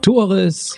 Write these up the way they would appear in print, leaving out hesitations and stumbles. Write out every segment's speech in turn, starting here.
Tores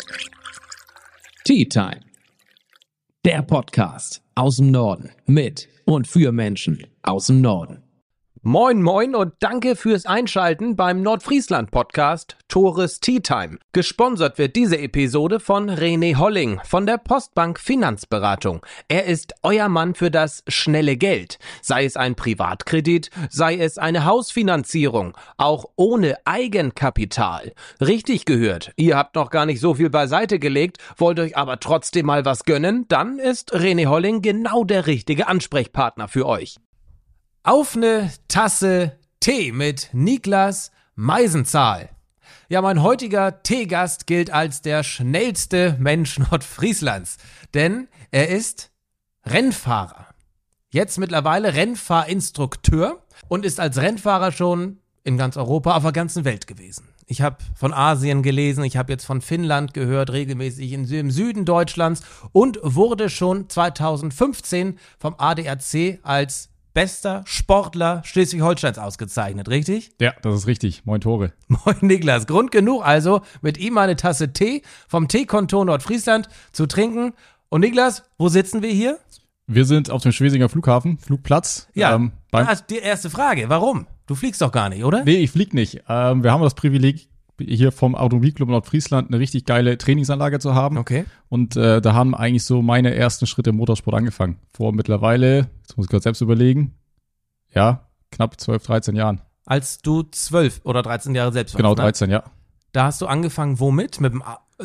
Tea Time. Der Podcast aus dem Norden mit und für Menschen aus dem Norden. Moin moin und danke fürs Einschalten beim Nordfriesland-Podcast Tores Tea Time. Gesponsert wird diese Episode von René Holling von der Postbank Finanzberatung. Er ist euer Mann für das schnelle Geld. Sei es ein Privatkredit, sei es eine Hausfinanzierung, auch ohne Eigenkapital. Richtig gehört, ihr habt noch gar nicht so viel beiseite gelegt, wollt euch aber trotzdem mal was gönnen, dann ist René Holling genau der richtige Ansprechpartner für euch. Auf eine Tasse Tee mit Niklas Meisenzahl. Ja, mein heutiger Teegast gilt als der schnellste Mensch Nordfrieslands, denn er ist Rennfahrer. Jetzt mittlerweile Rennfahrinstrukteur und ist als Rennfahrer schon in ganz Europa, auf der ganzen Welt gewesen. Ich habe von Asien gelesen, ich habe jetzt von Finnland gehört, regelmäßig im Süden Deutschlands und wurde schon 2015 vom ADAC als bester Sportler Schleswig-Holsteins ausgezeichnet, richtig? Ja, das ist richtig. Moin Tore. Moin Niklas. Grund genug also, mit ihm eine Tasse Tee vom Teekonto Nordfriesland zu trinken. Und Niklas, wo sitzen wir hier? Wir sind auf dem Schwesinger Flughafen, Flugplatz. Ja, die erste Frage. Warum? Du fliegst doch gar nicht, oder? Nee, ich flieg nicht. Wir haben das Privileg, hier vom Automobilclub Nordfriesland eine richtig geile Trainingsanlage zu haben. Okay. Und da haben eigentlich so meine ersten Schritte im Motorsport angefangen. Vor mittlerweile, jetzt muss ich gerade selbst überlegen, ja, knapp 12, 13 Jahren. Als du 12 oder 13 Jahre selbst warst, Genau, 13, ja. Da hast du angefangen, womit? Mit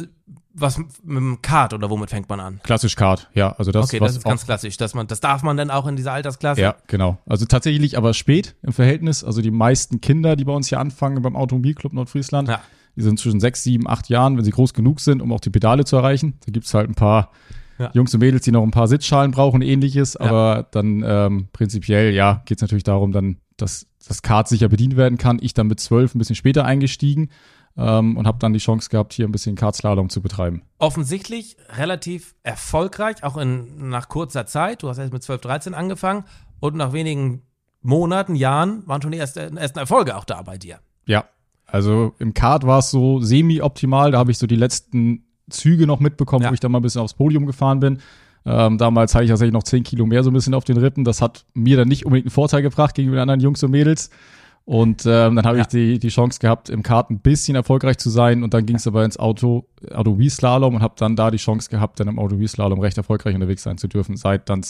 dem Kart oder womit fängt man an? Klassisch Kart, ja. Also das, okay, das ist ganz klassisch. Das darf man dann auch in dieser Altersklasse? Ja, genau. Also tatsächlich aber spät im Verhältnis. Also die meisten Kinder, die bei uns hier anfangen beim Automobilclub Nordfriesland, ja, die sind zwischen 6, 7, 8 Jahren, wenn sie groß genug sind, um auch die Pedale zu erreichen. Da gibt's halt ein paar Jungs und Mädels, die noch ein paar Sitzschalen brauchen, ähnliches. Aber dann prinzipiell, ja, geht's natürlich darum, dann, dass das Kart sicher bedient werden kann. Ich dann mit 12 ein bisschen später eingestiegen und habe dann die Chance gehabt, hier ein bisschen Kartslalom zu betreiben. Offensichtlich relativ erfolgreich, auch nach kurzer Zeit. Du hast erst mit 12, 13 angefangen und nach wenigen Monaten, Jahren waren schon die ersten Erfolge auch da bei dir. Ja, also im Kart war es so semi-optimal. Da habe ich so die letzten Züge noch mitbekommen, wo ich dann mal ein bisschen aufs Podium gefahren bin. Damals hatte ich tatsächlich noch 10 Kilo mehr so ein bisschen auf den Rippen. Das hat mir dann nicht unbedingt einen Vorteil gebracht gegenüber den anderen Jungs und Mädels. Und dann habe ich die Chance gehabt, im Kart ein bisschen erfolgreich zu sein. Und dann ging es aber ins Auto-V-Slalom und habe dann da die Chance gehabt, dann im Auto-V-Slalom recht erfolgreich unterwegs sein zu dürfen, seit dann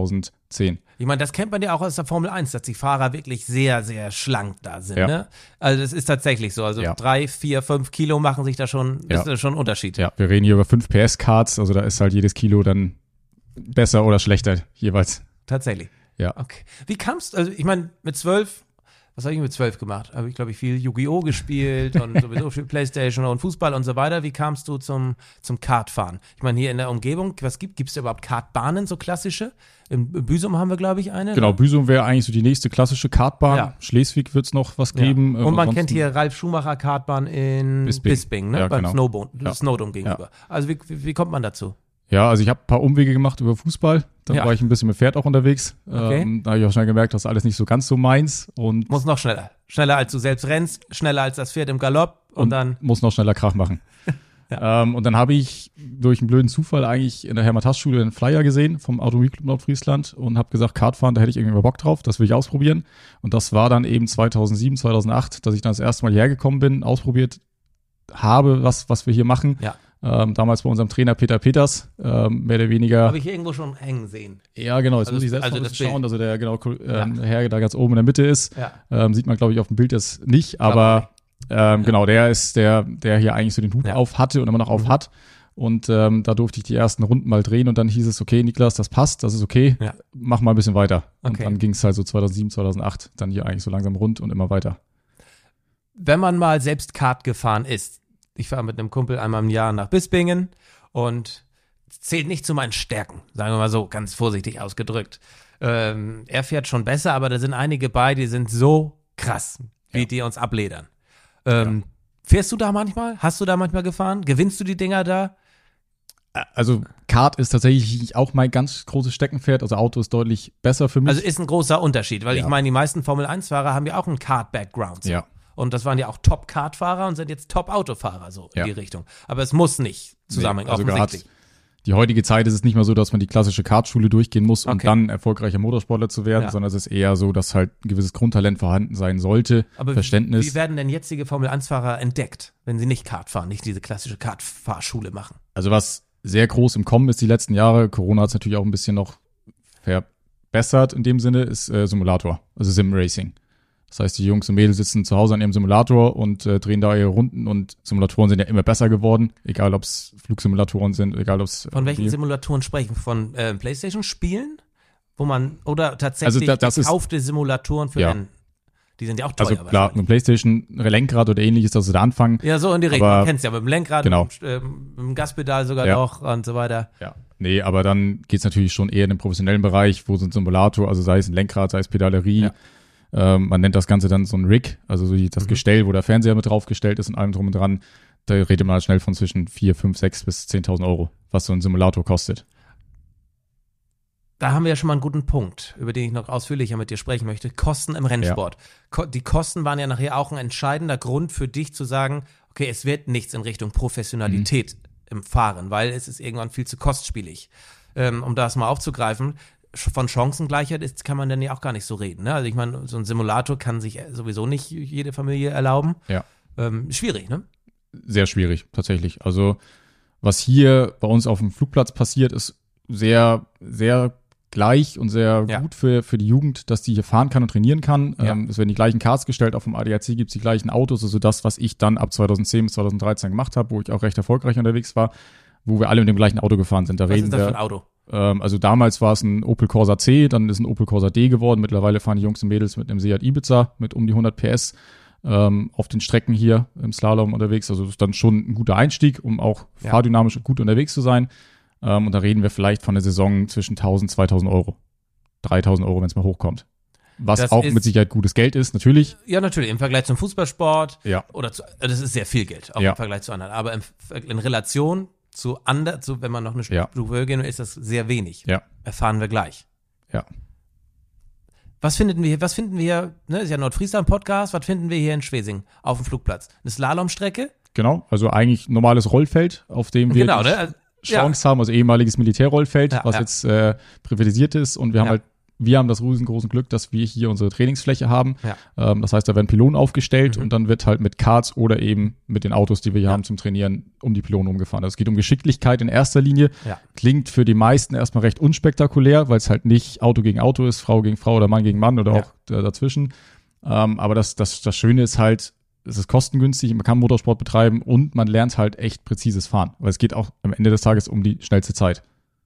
2010. Ich meine, das kennt man ja auch aus der Formel 1, dass die Fahrer wirklich sehr, sehr schlank da sind. Ja. Ne? Also das ist tatsächlich so. Also 3, 4, 5 Kilo machen sich da schon, ist da schon ein Unterschied. Ja, wir reden hier über 5 PS-Karts. Also da ist halt jedes Kilo dann besser oder schlechter jeweils. Tatsächlich. Ja. Okay. Wie kamst du, also ich meine, mit 12... Was habe ich mit 12 gemacht? Habe ich, glaube ich, viel Yu-Gi-Oh! Gespielt und sowieso viel Playstation und Fußball und so weiter. Wie kamst du zum Kartfahren? Ich meine, hier in der Umgebung, gibt es überhaupt Kartbahnen, so klassische? In Büsum haben wir, glaube ich, eine. Genau, Büsum wäre eigentlich so die nächste klassische Kartbahn. Ja. Schleswig wird es noch was geben. Und man kennt hier Ralf Schumacher Kartbahn in Bisping, ne? Ja, beim genau. Snowdome gegenüber. Ja. Also wie kommt man dazu? Ja, also ich habe ein paar Umwege gemacht über Fußball. Dann war ich ein bisschen mit Pferd auch unterwegs. Okay. Da habe ich auch schnell gemerkt, das ist alles nicht so ganz so meins. Und muss noch schneller. Schneller als du selbst rennst, schneller als das Pferd im Galopp und dann muss noch schneller Krach machen. Und dann habe ich durch einen blöden Zufall eigentlich in der Hermann-Tass-Schule einen Flyer gesehen vom Automobilclub Nordfriesland und habe gesagt, Kartfahren, da hätte ich irgendwie mal Bock drauf, das will ich ausprobieren. Und das war dann eben 2007, 2008, dass ich dann das erste Mal hierher gekommen bin, ausprobiert habe, was wir hier machen. Ja. Damals bei unserem Trainer Peter Peters, mehr oder weniger. Habe ich hier irgendwo schon hängen sehen. Ja, genau, jetzt muss ich selbst mal ein bisschen schauen, also der Herr, da ganz oben in der Mitte ist, sieht man, glaube ich, auf dem Bild jetzt nicht, aber genau, der ist der hier eigentlich so den Hut auf hatte und immer noch auf hat. Und da durfte ich die ersten Runden mal drehen und dann hieß es, okay, Niklas, das passt, das ist okay, mach mal ein bisschen weiter. Okay. Und dann ging es halt so 2007, 2008 dann hier eigentlich so langsam rund und immer weiter. Wenn man mal selbst Kart gefahren ist, ich fahre mit einem Kumpel einmal im Jahr nach Bispingen und zählt nicht zu meinen Stärken, sagen wir mal so, ganz vorsichtig ausgedrückt. Er fährt schon besser, aber da sind einige bei, die sind so krass, wie die uns abledern. Fährst du da manchmal? Hast du da manchmal gefahren? Gewinnst du die Dinger da? Also Kart ist tatsächlich auch mein ganz großes Steckenpferd. Also Auto ist deutlich besser für mich. Also ist ein großer Unterschied, weil ich meine, die meisten Formel-1-Fahrer haben ja auch einen Kart-Background. Ja. Und das waren ja auch Top-Kartfahrer und sind jetzt Top-Autofahrer, so in die Richtung. Aber es muss nicht zusammenhängen, also offensichtlich. Die heutige Zeit ist es nicht mehr so, dass man die klassische Kartschule durchgehen muss, um dann erfolgreicher Motorsportler zu werden, sondern es ist eher so, dass halt ein gewisses Grundtalent vorhanden sein sollte. Aber Verständnis. wie werden denn jetzige Formel-1-Fahrer entdeckt, wenn sie nicht Kart fahren, nicht diese klassische Kartfahrschule machen? Also was sehr groß im Kommen ist die letzten Jahre, Corona hat es natürlich auch ein bisschen noch verbessert in dem Sinne, ist Simulator, also Sim-Racing. Das heißt, die Jungs und Mädels sitzen zu Hause an ihrem Simulator und drehen da ihre Runden und Simulatoren sind ja immer besser geworden, egal ob es Flugsimulatoren sind, egal ob es... Von welchen Simulatoren sprechen? Von PlayStation-Spielen? Wo man, oder tatsächlich das gekaufte Simulatoren für Rennen? Die sind ja auch teuer. Also klar, mit dem PlayStation Lenkrad oder ähnliches, dass sie da anfangen. Ja, so in die Richtung, du kennst ja, mit dem Lenkrad, genau. mit dem Gaspedal sogar noch und so weiter. Ja, nee, aber dann geht's natürlich schon eher in den professionellen Bereich, wo so ein Simulator, also sei es ein Lenkrad, sei es Pedalerie, man nennt das Ganze dann so ein Rig, also so das Gestell, wo der Fernseher mit draufgestellt ist und allem drum und dran. Da redet man halt schnell von zwischen 4, 5, 6 bis 10.000 Euro, was so ein Simulator kostet. Da haben wir ja schon mal einen guten Punkt, über den ich noch ausführlicher mit dir sprechen möchte. Kosten im Rennsport. Ja. Die Kosten waren ja nachher auch ein entscheidender Grund für dich zu sagen, okay, es wird nichts in Richtung Professionalität im Fahren, weil es ist irgendwann viel zu kostspielig. Um das mal aufzugreifen, von Chancengleichheit kann man dann ja auch gar nicht so reden. Ne? Also ich meine, so ein Simulator kann sich sowieso nicht jede Familie erlauben. Ja. Schwierig, ne? Sehr schwierig, tatsächlich. Also was hier bei uns auf dem Flugplatz passiert, ist sehr, sehr gleich und sehr gut für die Jugend, dass die hier fahren kann und trainieren kann. Es werden die gleichen Karts gestellt, auf dem ADAC gibt es die gleichen Autos, also das, was ich dann ab 2010 bis 2013 gemacht habe, wo ich auch recht erfolgreich unterwegs war, wo wir alle mit dem gleichen Auto gefahren sind. Was ist das für ein Auto? Also damals war es ein Opel Corsa C, dann ist ein Opel Corsa D geworden. Mittlerweile fahren die Jungs und Mädels mit einem Seat Ibiza mit um die 100 PS auf den Strecken hier im Slalom unterwegs. Also das ist dann schon ein guter Einstieg, um auch fahrdynamisch gut unterwegs zu sein. Und da reden wir vielleicht von einer Saison zwischen 1.000, 2.000 Euro. 3.000 Euro, wenn es mal hochkommt. Was das auch mit Sicherheit gutes Geld ist, natürlich. Ja, natürlich. Im Vergleich zum Fußballsport. Ja. Das ist sehr viel Geld, auch im Vergleich zu anderen. Aber in Relation zu wenn man noch eine Stufe höher gehen will, ist das sehr wenig. Ja. Erfahren wir gleich. Ja. Was finden wir, ne, ist ja Nordfriesland-Podcast, was finden wir hier in Schwesing auf dem Flugplatz? Eine Slalomstrecke? Genau, also eigentlich normales Rollfeld, auf dem wir Chance haben, also ehemaliges Militärrollfeld, was jetzt privatisiert ist und wir haben das riesengroße Glück, dass wir hier unsere Trainingsfläche haben. Ja. Das heißt, da werden Pylonen aufgestellt und dann wird halt mit Karts oder eben mit den Autos, die wir hier haben zum Trainieren, um die Pylonen rumgefahren. Also es geht um Geschicklichkeit in erster Linie. Ja. Klingt für die meisten erstmal recht unspektakulär, weil es halt nicht Auto gegen Auto ist, Frau gegen Frau oder Mann gegen Mann oder auch dazwischen. Aber das Schöne ist halt, es ist kostengünstig, man kann Motorsport betreiben und man lernt halt echt präzises Fahren. Weil es geht auch am Ende des Tages um die schnellste Zeit.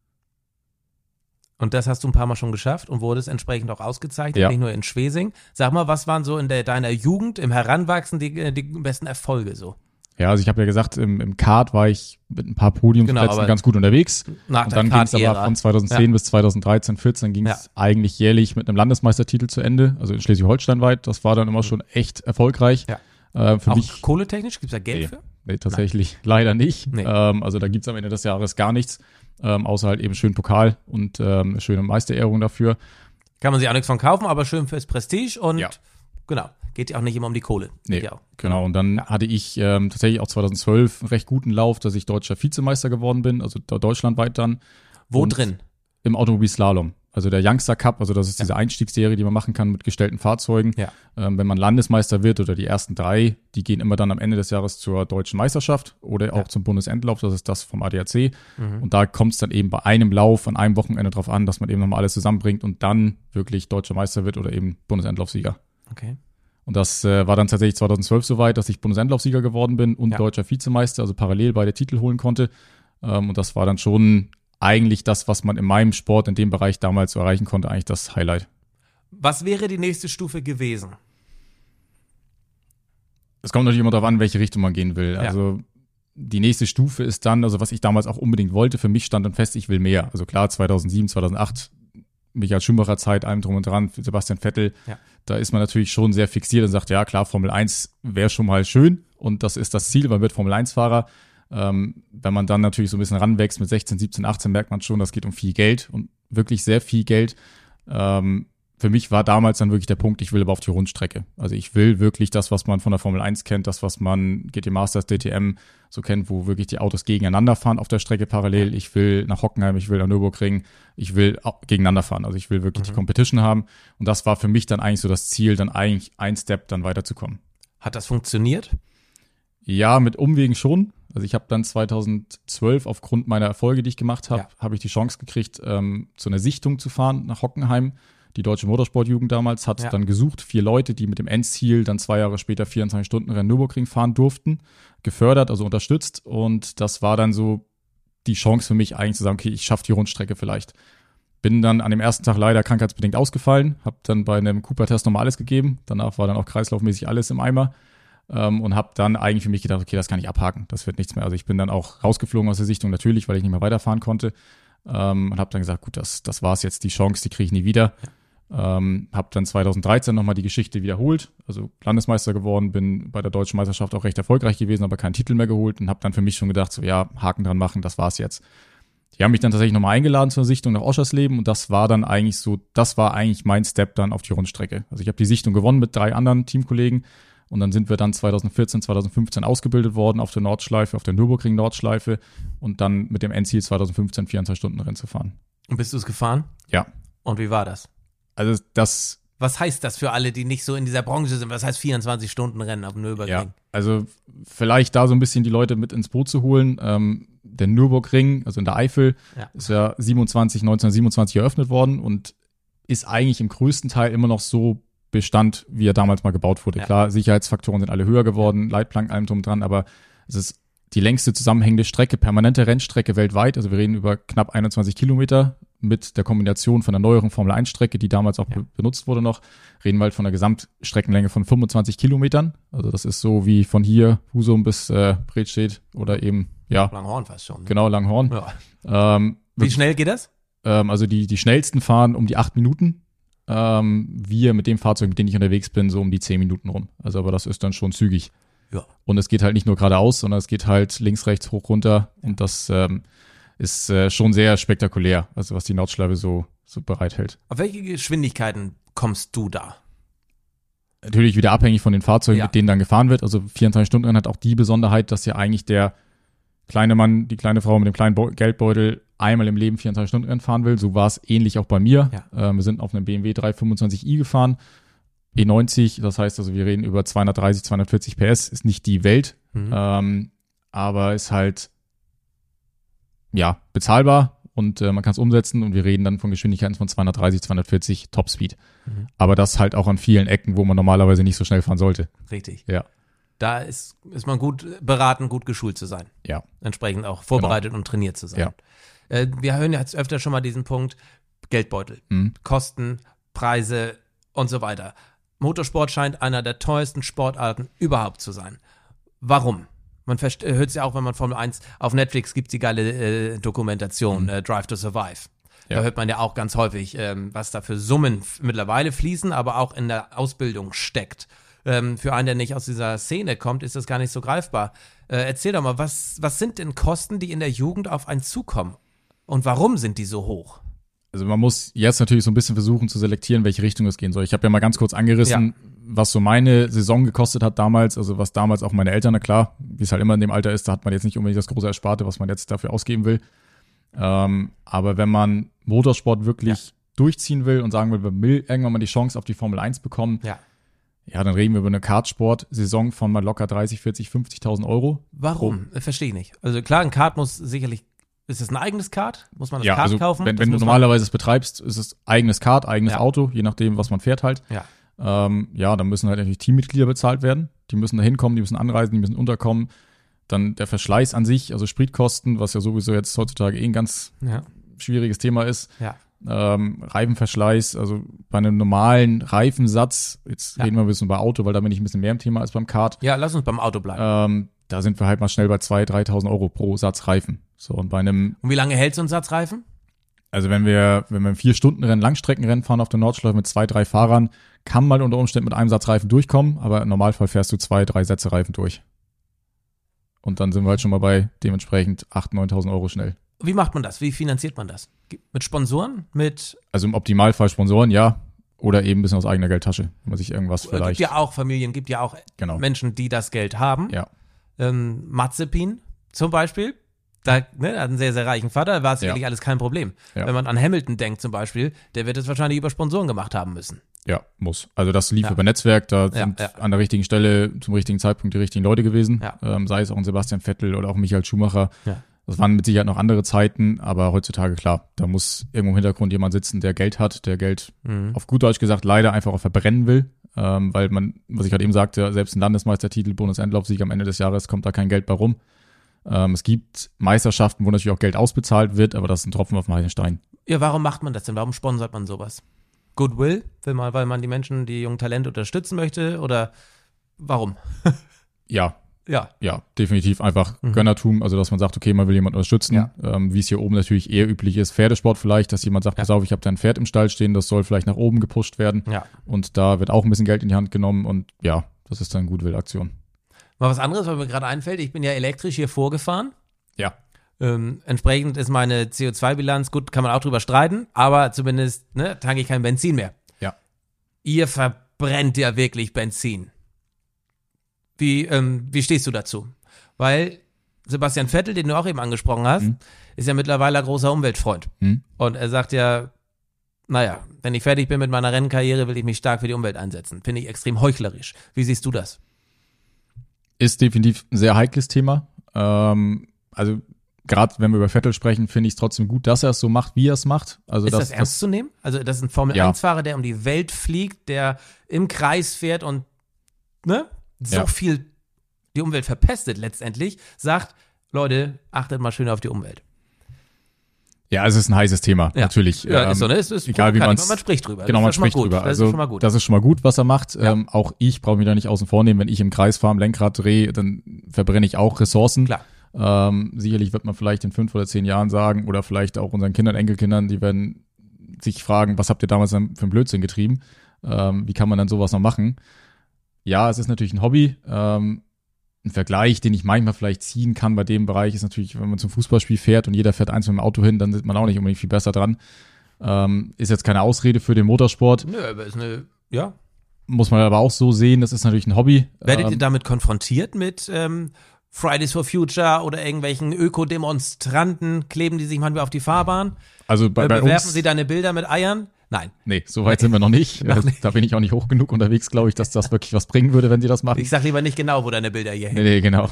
Und das hast du ein paar Mal schon geschafft und wurdest entsprechend auch ausgezeichnet, nicht nur in Schwesing. Sag mal, was waren so in deiner Jugend, im Heranwachsen die besten Erfolge so? Ja, also ich habe ja gesagt, im Kart war ich mit ein paar Podiumsplätzen ganz gut unterwegs. Und dann ging es aber von 2010 bis 2013, 14 ging es eigentlich jährlich mit einem Landesmeistertitel zu Ende, also in Schleswig-Holstein weit. Das war dann immer schon echt erfolgreich. Ja. Für auch mich kohletechnisch, gibt's da Geld für? Nee, tatsächlich leider nicht. Nee. Also da gibt's am Ende des Jahres gar nichts. Außer halt eben schön Pokal und eine schöne Meisterehrung dafür. Kann man sich auch nichts von kaufen, aber schön fürs Prestige und genau, geht ja auch nicht immer um die Kohle. Nee, genau. Und dann hatte ich tatsächlich auch 2012 einen recht guten Lauf, dass ich deutscher Vizemeister geworden bin, also deutschlandweit dann. Wo drin? Im Automobilslalom. Also der Youngster Cup, also das ist diese Einstiegsserie, die man machen kann mit gestellten Fahrzeugen. Ja. Wenn man Landesmeister wird oder die ersten 3, die gehen immer dann am Ende des Jahres zur deutschen Meisterschaft oder auch zum Bundesendlauf, das ist das vom ADAC. Und da kommt es dann eben bei einem Lauf an einem Wochenende drauf an, dass man eben nochmal alles zusammenbringt und dann wirklich deutscher Meister wird oder eben Bundesendlaufsieger. Okay. Und das war dann tatsächlich 2012 soweit, dass ich Bundesendlaufsieger geworden bin und deutscher Vizemeister, also parallel beide Titel holen konnte. Und das war dann schon eigentlich das, was man in meinem Sport in dem Bereich damals so erreichen konnte, eigentlich das Highlight. Was wäre die nächste Stufe gewesen? Es kommt natürlich immer darauf an, welche Richtung man gehen will. Ja. Also die nächste Stufe ist dann, also was ich damals auch unbedingt wollte, für mich stand dann fest, ich will mehr. Also klar, 2007, 2008, Michael Schumacher Zeit, allem drum und dran, Sebastian Vettel, da ist man natürlich schon sehr fixiert und sagt, ja klar, Formel 1 wäre schon mal schön und das ist das Ziel, man wird Formel 1-Fahrer. Wenn man dann natürlich so ein bisschen ranwächst mit 16, 17, 18, merkt man schon, das geht um viel Geld und wirklich sehr viel Geld. für mich war damals dann wirklich der Punkt, ich will aber auf die Rundstrecke. Also ich will wirklich das, was man von der Formel 1 kennt, das, was man GT Masters, DTM so kennt, wo wirklich die Autos gegeneinander fahren auf der Strecke parallel. Ich will nach Hockenheim, ich will am Nürburgring, ich will auch gegeneinander fahren. Also ich will wirklich die Competition haben. Und das war für mich dann eigentlich so das Ziel, dann eigentlich ein Step dann weiterzukommen. Hat das funktioniert? Ja, mit Umwegen schon. Also ich habe dann 2012 aufgrund meiner Erfolge, die ich gemacht habe, habe ich die Chance gekriegt, zu einer Sichtung zu fahren nach Hockenheim. Die Deutsche Motorsportjugend damals hat dann gesucht, 4 Leute, die mit dem Endziel dann 2 Jahre später 24-Stunden-Rennen Nürburgring fahren durften, gefördert, also unterstützt. Und das war dann so die Chance für mich eigentlich zu sagen, okay, ich schaffe die Rundstrecke vielleicht. Bin dann an dem ersten Tag leider krankheitsbedingt ausgefallen, habe dann bei einem Cooper-Test nochmal alles gegeben. Danach war dann auch kreislaufmäßig alles im Eimer. Und habe dann eigentlich für mich gedacht, okay, das kann ich abhaken, das wird nichts mehr. Also ich bin dann auch rausgeflogen aus der Sichtung, natürlich, weil ich nicht mehr weiterfahren konnte. Und habe dann gesagt, gut, das war's jetzt, die Chance, die kriege ich nie wieder. Habe dann 2013 nochmal die Geschichte wiederholt, also Landesmeister geworden, bin bei der Deutschen Meisterschaft auch recht erfolgreich gewesen, aber keinen Titel mehr geholt und habe dann für mich schon gedacht, so ja, Haken dran machen, das war's jetzt. Die haben mich dann tatsächlich nochmal eingeladen zur Sichtung nach Oschersleben und das war dann eigentlich so, das war eigentlich mein Step dann auf die Rundstrecke. Also ich habe die Sichtung gewonnen mit 3 anderen Teamkollegen und dann sind wir dann 2014, 2015 ausgebildet worden auf der Nordschleife, auf der Nürburgring-Nordschleife und dann mit dem Endziel 2015 24-Stunden-Rennen zu fahren. Und bist du es gefahren? Ja. Und wie war das? Also das... Was heißt das für alle, die nicht so in dieser Branche sind? Was heißt 24-Stunden-Rennen auf dem Nürburgring? Ja, also vielleicht da so ein bisschen die Leute mit ins Boot zu holen. Der Nürburgring, also in der Eifel, ist ja 1927 eröffnet worden und ist eigentlich im größten Teil immer noch so Bestand, wie er damals mal gebaut wurde. Ja. Klar, Sicherheitsfaktoren sind alle höher geworden, Leitplanken, allem drum dran, aber es ist die längste zusammenhängende Strecke, permanente Rennstrecke weltweit. Also wir reden über knapp 21 Kilometer mit der Kombination von der neueren Formel-1-Strecke, die damals auch benutzt wurde noch. Reden wir halt von einer Gesamtstreckenlänge von 25 Kilometern. Also das ist so wie von hier Husum bis Bredstedt oder eben, Langhorn fast schon. Ne? Genau, Langhorn. Ja. Wie schnell geht das? Also die schnellsten fahren um die 8 Minuten. Wir mit dem Fahrzeug, mit dem ich unterwegs bin, so um die 10 Minuten rum. Also aber das ist dann schon zügig. Ja. Und es geht halt nicht nur geradeaus, sondern es geht halt links, rechts, hoch, runter. Und das ist schon sehr spektakulär, also was die Nordschleife so bereithält. Auf welche Geschwindigkeiten kommst du da? Natürlich wieder abhängig von den Fahrzeugen, mit denen dann gefahren wird. Also 24-Stunden-Rennen hat auch die Besonderheit, dass ja eigentlich der kleine Mann, die kleine Frau mit dem kleinen Geldbeutel einmal im Leben 24-Stunden-Rennen fahren will. So war es ähnlich auch bei mir. Ja. Wir sind auf einem BMW 325i gefahren, E90, das heißt also, wir reden über 230, 240 PS, ist nicht die Welt, aber ist halt bezahlbar und man kann es umsetzen und wir reden dann von Geschwindigkeiten von 230, 240 Topspeed. Aber das halt auch an vielen Ecken, wo man normalerweise nicht so schnell fahren sollte. Richtig. Ja. Da ist man gut beraten, gut geschult zu sein. Ja. Entsprechend auch vorbereitet und trainiert zu sein. Ja. Wir hören jetzt öfter schon mal diesen Punkt, Geldbeutel, Kosten, Preise und so weiter. Motorsport scheint einer der teuersten Sportarten überhaupt zu sein. Warum? Man hört es ja auch, wenn man Formel 1 auf Netflix gibt, die geile Dokumentation Drive to Survive. Ja. Da hört man ja auch ganz häufig, was da für Summen mittlerweile fließen, aber auch in der Ausbildung steckt. Für einen, der nicht aus dieser Szene kommt, ist das gar nicht so greifbar. Erzähl doch mal, was sind denn Kosten, die in der Jugend auf einen zukommen? Und warum sind die so hoch? Also man muss jetzt natürlich so ein bisschen versuchen zu selektieren, welche Richtung es gehen soll. Ich habe ja mal ganz kurz angerissen, was so meine Saison gekostet hat damals, also was damals auch meine Eltern, na klar, wie es halt immer in dem Alter ist, da hat man jetzt nicht unbedingt das große Ersparte, was man jetzt dafür ausgeben will. Aber wenn man Motorsport wirklich durchziehen will und sagen will, wir will irgendwann mal die Chance auf die Formel 1 bekommen, dann reden wir über eine Kartsport-Saison von mal locker 30, 40, 50.000 Euro. Warum? Verstehe ich nicht. Also klar, ein Kart muss sicherlich, ist es ein eigenes Kart? Muss man das Kart also kaufen? Wenn du normalerweise es betreibst, ist es eigenes Kart, eigenes Auto, je nachdem, was man fährt halt. Dann müssen halt natürlich Teammitglieder bezahlt werden. Die müssen da hinkommen, die müssen anreisen, die müssen unterkommen. Dann der Verschleiß an sich, also Spritkosten, was ja sowieso jetzt heutzutage ein ganz schwieriges Thema ist. Reifenverschleiß, also bei einem normalen Reifensatz, jetzt reden wir ein bisschen über Auto, weil da bin ich ein bisschen mehr im Thema als beim Kart. Ja, lass uns beim Auto bleiben. Da sind wir halt mal schnell bei 2.000, 3.000 Euro pro Satz Reifen. So, und bei einem. Und wie lange hält so ein Satz Reifen? Also wenn wir ein 4-Stunden-Rennen, Langstreckenrennen fahren auf der Nordschleife mit 2, 3 Fahrern, kann man unter Umständen mit einem Satz Reifen durchkommen, aber im Normalfall fährst du 2, 3 Sätze Reifen durch. Und dann sind wir halt schon mal bei dementsprechend 8.000, 9.000 Euro schnell. Wie macht man das? Wie finanziert man das? Mit Sponsoren? Also im Optimalfall Sponsoren, ja. oder eben ein bisschen aus eigener Geldtasche, wenn man sich irgendwas Es vielleicht... gibt ja auch Familien, gibt ja auch Genau. Menschen, die das Geld haben. Ja. Mazepin zum Beispiel, da hat einen sehr, sehr reichen Vater, da war es sicherlich alles kein Problem. Ja. Wenn man an Hamilton denkt zum Beispiel, der wird es wahrscheinlich über Sponsoren gemacht haben müssen. Ja, muss. Also das lief über Netzwerk, da sind an der richtigen Stelle zum richtigen Zeitpunkt die richtigen Leute gewesen. Ja. Sei es auch ein Sebastian Vettel oder auch Michael Schumacher. Ja. Das waren mit Sicherheit noch andere Zeiten, aber heutzutage, klar, da muss irgendwo im Hintergrund jemand sitzen, der Geld hat, der Geld auf gut Deutsch gesagt leider einfach auch verbrennen will, weil man, was ich gerade eben sagte, selbst ein Landesmeistertitel, Bundesendlaufsieg am Ende des Jahres kommt da kein Geld bei rum. Es gibt Meisterschaften, wo natürlich auch Geld ausbezahlt wird, aber das ist ein Tropfen auf den heißen Stein. Ja, warum macht man das denn? Warum sponsert man sowas? Goodwill? Weil man die Menschen, die jungen Talente unterstützen möchte? Oder warum? Ja, Ja. definitiv einfach Gönnertum, also dass man sagt, okay, man will jemanden unterstützen, Ja. Wie es hier oben natürlich eher üblich ist, Pferdesport vielleicht, dass jemand sagt, pass auf, ich habe da ein Pferd im Stall stehen, das soll vielleicht nach oben gepusht werden Ja. und da wird auch ein bisschen Geld in die Hand genommen und ja, das ist dann Goodwill-Aktion. Mal was anderes, weil mir gerade einfällt, ich bin ja elektrisch hier vorgefahren. Ja. Entsprechend ist meine CO2-Bilanz, gut, kann man auch drüber streiten, aber zumindest tanke ich kein Benzin mehr. Ja. Ihr verbrennt ja wirklich Benzin. Wie stehst du dazu? Weil Sebastian Vettel, den du auch eben angesprochen hast, ist ja mittlerweile ein großer Umweltfreund. Und er sagt ja, naja, wenn ich fertig bin mit meiner Rennkarriere, will ich mich stark für die Umwelt einsetzen. Finde ich extrem heuchlerisch. Wie siehst du das? Ist definitiv ein sehr heikles Thema. Also gerade wenn wir über Vettel sprechen, finde ich es trotzdem gut, dass er es so macht, wie er es macht. Also ist das ernst zu nehmen? Also das ist ein Formel-1-Fahrer, der um die Welt fliegt, der im Kreis fährt und so viel die Umwelt verpestet letztendlich, sagt, Leute, achtet mal schön auf die Umwelt. Ja, es ist ein heißes Thema, natürlich. Ja, ist so, ne? Es ist egal wie man spricht drüber. Genau, man spricht drüber. Das ist schon mal gut. Das ist schon mal gut, was er macht. Ja. Auch ich brauche mich da nicht außen vor nehmen. Wenn ich im Kreis fahre, am Lenkrad drehe, dann verbrenne ich auch Ressourcen. Klar. Sicherlich wird man vielleicht in 5 oder 10 Jahren sagen oder vielleicht auch unseren Kindern, Enkelkindern, die werden sich fragen, was habt ihr damals für einen Blödsinn getrieben? Wie kann man dann sowas noch machen? Ja, es ist natürlich ein Hobby. Ein Vergleich, den ich manchmal vielleicht ziehen kann bei dem Bereich, ist natürlich, wenn man zum Fußballspiel fährt und jeder fährt eins mit dem Auto hin, dann sitzt man auch nicht unbedingt viel besser dran. Ist jetzt keine Ausrede für den Motorsport. Nö, aber ist Muss man aber auch so sehen, das ist natürlich ein Hobby. Werdet ihr damit konfrontiert mit Fridays for Future oder irgendwelchen Ökodemonstranten? Kleben die sich manchmal auf die Fahrbahn? Also bei bewerfen uns, sie deine Bilder mit Eiern? Nein. Nee, so weit sind wir noch nicht. Da bin ich auch nicht hoch genug unterwegs, glaube ich, dass das wirklich was bringen würde, wenn sie das machen. Ich sag lieber nicht genau, wo deine Bilder hier hängen. Nee, genau.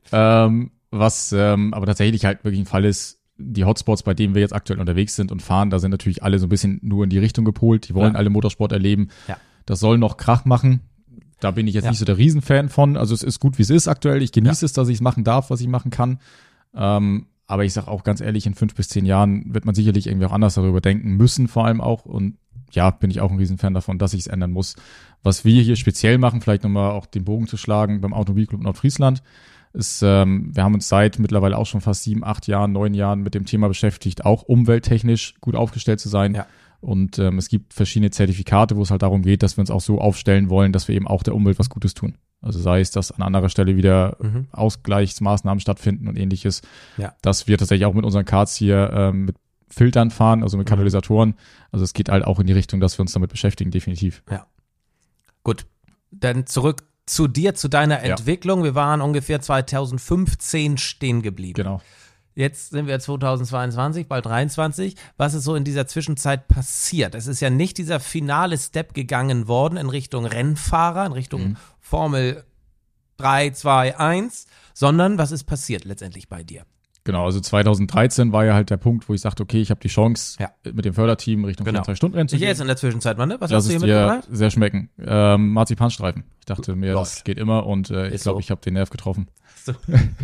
Was aber tatsächlich halt wirklich ein Fall ist, die Hotspots, bei denen wir jetzt aktuell unterwegs sind und fahren, da sind natürlich alle so ein bisschen nur in die Richtung gepolt. Die wollen alle Motorsport erleben. Ja. Das soll noch Krach machen. Da bin ich jetzt nicht so der Riesenfan von. Also es ist gut, wie es ist aktuell. Ich genieße es, dass ich es machen darf, was ich machen kann. Aber ich sage auch ganz ehrlich, in 5 bis 10 Jahren wird man sicherlich irgendwie auch anders darüber denken müssen, vor allem auch. Und ja, bin ich auch ein Riesenfan davon, dass sich es ändern muss. Was wir hier speziell machen, vielleicht nochmal auch den Bogen zu schlagen beim Automobilclub Nordfriesland, ist, wir haben uns seit mittlerweile auch schon fast 7, 8 Jahren, 9 Jahren mit dem Thema beschäftigt, auch umwelttechnisch gut aufgestellt zu sein. Ja. Und es gibt verschiedene Zertifikate, wo es halt darum geht, dass wir uns auch so aufstellen wollen, dass wir eben auch der Umwelt was Gutes tun. Also sei es, dass an anderer Stelle wieder Ausgleichsmaßnahmen stattfinden und ähnliches. Ja. Dass wir tatsächlich auch mit unseren Karts hier mit Filtern fahren, also mit Katalysatoren. Also es geht halt auch in die Richtung, dass wir uns damit beschäftigen, definitiv. Ja. Gut, dann zurück zu dir, zu deiner Entwicklung. Wir waren ungefähr 2015 stehen geblieben. Genau. Jetzt sind wir 2022, bald 23. Was ist so in dieser Zwischenzeit passiert? Es ist ja nicht dieser finale Step gegangen worden in Richtung Rennfahrer, in Richtung Formel 3, 2, 1, sondern was ist passiert letztendlich bei dir? Genau, also 2013 war ja halt der Punkt, wo ich sagte, okay, ich habe die Chance, mit dem Förderteam Richtung 2-Stunden-Rennen zu gehen. Ich esse in der Zwischenzeit mal, ne? Was das hast du hier mitgebracht? Sehr schmecken. Marzipanstreifen. Ich dachte mir, das geht immer und ich glaube, ich habe den Nerv getroffen. So.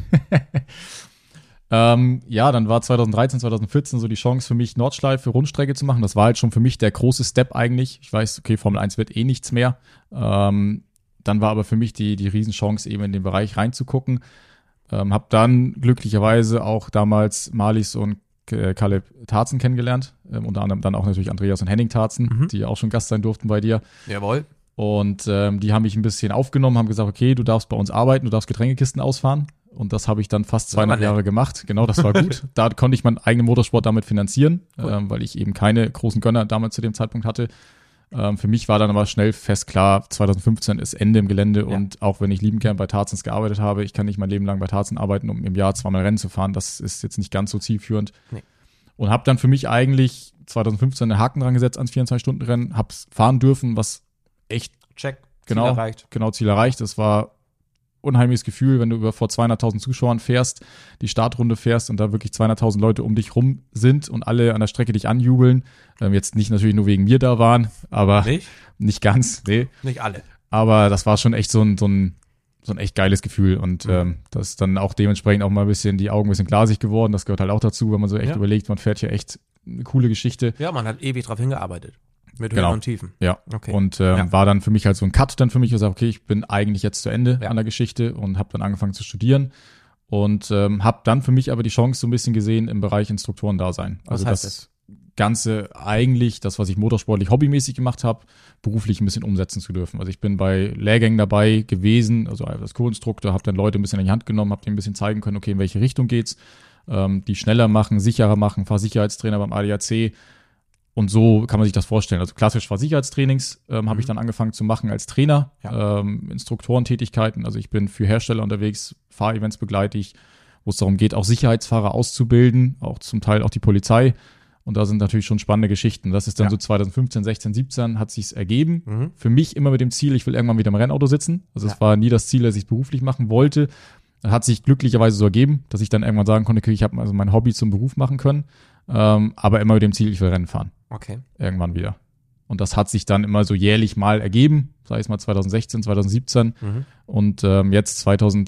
Dann war 2013, 2014 so die Chance für mich, Nordschleife, Rundstrecke zu machen. Das war halt schon für mich der große Step eigentlich. Ich weiß, okay, Formel 1 wird nichts mehr. Dann war aber für mich die Riesenchance, eben in den Bereich reinzugucken. Hab dann glücklicherweise auch damals Marlies und Caleb Tarzen kennengelernt. Unter anderem dann auch natürlich Andreas und Henning Tarzen, die auch schon Gast sein durften bei dir. Jawohl. Und die haben mich ein bisschen aufgenommen, haben gesagt, okay, du darfst bei uns arbeiten, du darfst Getränkekisten ausfahren. Und das habe ich dann fast 2,5 Jahre gemacht. Genau, das war gut. Da konnte ich meinen eigenen Motorsport damit finanzieren, weil ich eben keine großen Gönner damals zu dem Zeitpunkt hatte. Für mich war dann aber schnell fest klar, 2015 ist Ende im Gelände und auch wenn ich liebend gern bei Tarzans gearbeitet habe, ich kann nicht mein Leben lang bei Tarzan arbeiten, um im Jahr 2-mal Rennen zu fahren. Das ist jetzt nicht ganz so zielführend. Nee. Und habe dann für mich eigentlich 2015 einen Haken dran gesetzt ans 24-Stunden-Rennen, hab's fahren dürfen, was echt Check, Ziel erreicht. Das war unheimliches Gefühl, wenn du vor 200.000 Zuschauern fährst, die Startrunde fährst und da wirklich 200.000 Leute um dich rum sind und alle an der Strecke dich anjubeln. Jetzt nicht natürlich nur wegen mir da waren, aber nicht ganz, nee. Nicht alle. Aber das war schon echt so ein echt geiles Gefühl und das ist dann auch dementsprechend auch mal ein bisschen die Augen ein bisschen glasig geworden. Das gehört halt auch dazu, wenn man so echt überlegt, man fährt hier echt eine coole Geschichte. Ja, man hat ewig drauf hingearbeitet. Mit Höhen und Tiefen. Ja, okay. Und war dann für mich halt so ein Cut dann für mich. Ich sage, okay, ich bin eigentlich jetzt zu Ende an der Geschichte und habe dann angefangen zu studieren und habe dann für mich aber die Chance so ein bisschen gesehen im Bereich Instruktorendasein. Also was heißt das Ganze eigentlich, das, was ich motorsportlich hobbymäßig gemacht habe, beruflich ein bisschen umsetzen zu dürfen. Also ich bin bei Lehrgängen dabei gewesen, also als Co-Instruktor, habe dann Leute ein bisschen in die Hand genommen, habe denen ein bisschen zeigen können, okay, in welche Richtung geht's, die schneller machen, sicherer machen, Fahrsicherheitstrainer beim ADAC. Und so kann man sich das vorstellen. Also klassisch Fahrsicherheitstrainings habe ich dann angefangen zu machen als Trainer, Instruktorentätigkeiten. Also ich bin für Hersteller unterwegs, Fahrevents begleite ich, wo es darum geht, auch Sicherheitsfahrer auszubilden, auch zum Teil auch die Polizei. Und da sind natürlich schon spannende Geschichten. Das ist dann so 2015, 16, 17 hat sich's ergeben. Für mich immer mit dem Ziel, ich will irgendwann wieder im Rennauto sitzen. Also es war nie das Ziel, dass ich es beruflich machen wollte. Das hat sich glücklicherweise so ergeben, dass ich dann irgendwann sagen konnte, okay, ich habe also mein Hobby zum Beruf machen können. Aber immer mit dem Ziel, ich will Rennen fahren. Okay. Irgendwann wieder. Und das hat sich dann immer so jährlich mal ergeben, sei es mal 2016, 2017 und jetzt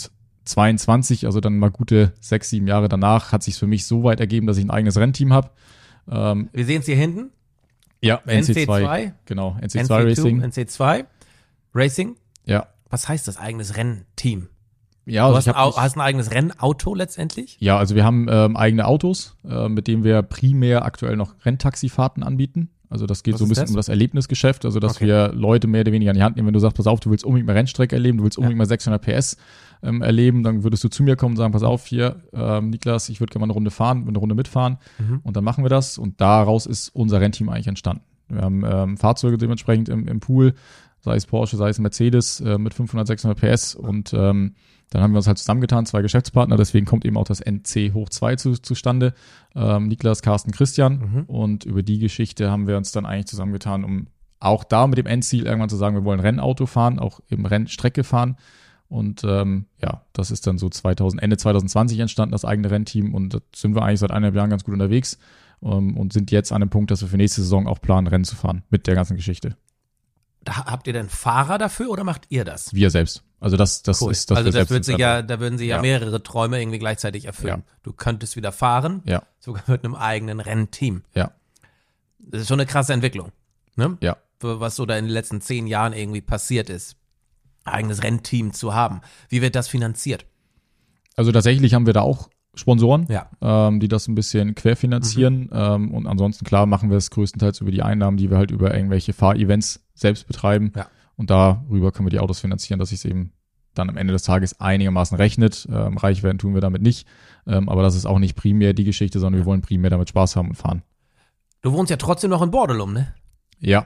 2022, also dann mal gute 6, 7 Jahre danach, hat sich für mich so weit ergeben, dass ich ein eigenes Rennteam habe. Wir sehen es hier hinten. Ja, NC2. Genau, NC2 Racing. NC2 Racing. Ja. Was heißt das, eigenes Rennteam? Ja, also du hast ein eigenes Rennauto letztendlich? Ja, also wir haben eigene Autos, mit denen wir primär aktuell noch Renntaxifahrten anbieten. Also das geht so ein bisschen um das Erlebnisgeschäft, also dass wir Leute mehr oder weniger an die Hand nehmen. Wenn du sagst, pass auf, du willst unbedingt mal Rennstrecke erleben, du willst unbedingt mal 600 PS erleben, dann würdest du zu mir kommen und sagen, pass auf, hier, Niklas, ich würde gerne mal eine Runde fahren, eine Runde mitfahren und dann machen wir das und daraus ist unser Rennteam eigentlich entstanden. Wir haben Fahrzeuge dementsprechend im Pool, sei es Porsche, sei es Mercedes mit 500, 600 PS und dann haben wir uns halt zusammengetan, 2 Geschäftspartner, deswegen kommt eben auch das NC2 zustande, Niklas, Carsten, Christian und über die Geschichte haben wir uns dann eigentlich zusammengetan, um auch da mit dem Endziel irgendwann zu sagen, wir wollen Rennauto fahren, auch eben Rennstrecke fahren und das ist dann so Ende 2020 entstanden, das eigene Rennteam und da sind wir eigentlich seit 1,5 Jahren ganz gut unterwegs und sind jetzt an dem Punkt, dass wir für nächste Saison auch planen, Rennen zu fahren mit der ganzen Geschichte. Habt ihr denn Fahrer dafür oder macht ihr das? Wir selbst. Also das cool. ist das. Also da würden sich ja mehrere Träume irgendwie gleichzeitig erfüllen. Ja. Du könntest wieder fahren, sogar mit einem eigenen Rennteam. Ja. Das ist schon eine krasse Entwicklung, ne? Ja. Was so da in den letzten 10 Jahren irgendwie passiert ist, eigenes Rennteam zu haben. Wie wird das finanziert? Also tatsächlich haben wir da auch Sponsoren, die das ein bisschen querfinanzieren. Und ansonsten, klar, machen wir es größtenteils über die Einnahmen, die wir halt über irgendwelche Fahrevents selbst betreiben. Ja. Und darüber können wir die Autos finanzieren, dass sich es eben dann am Ende des Tages einigermaßen rechnet. Reich werden tun wir damit nicht. Aber das ist auch nicht primär die Geschichte, sondern wir wollen primär damit Spaß haben und fahren. Du wohnst ja trotzdem noch in Bordelum, ne? Ja.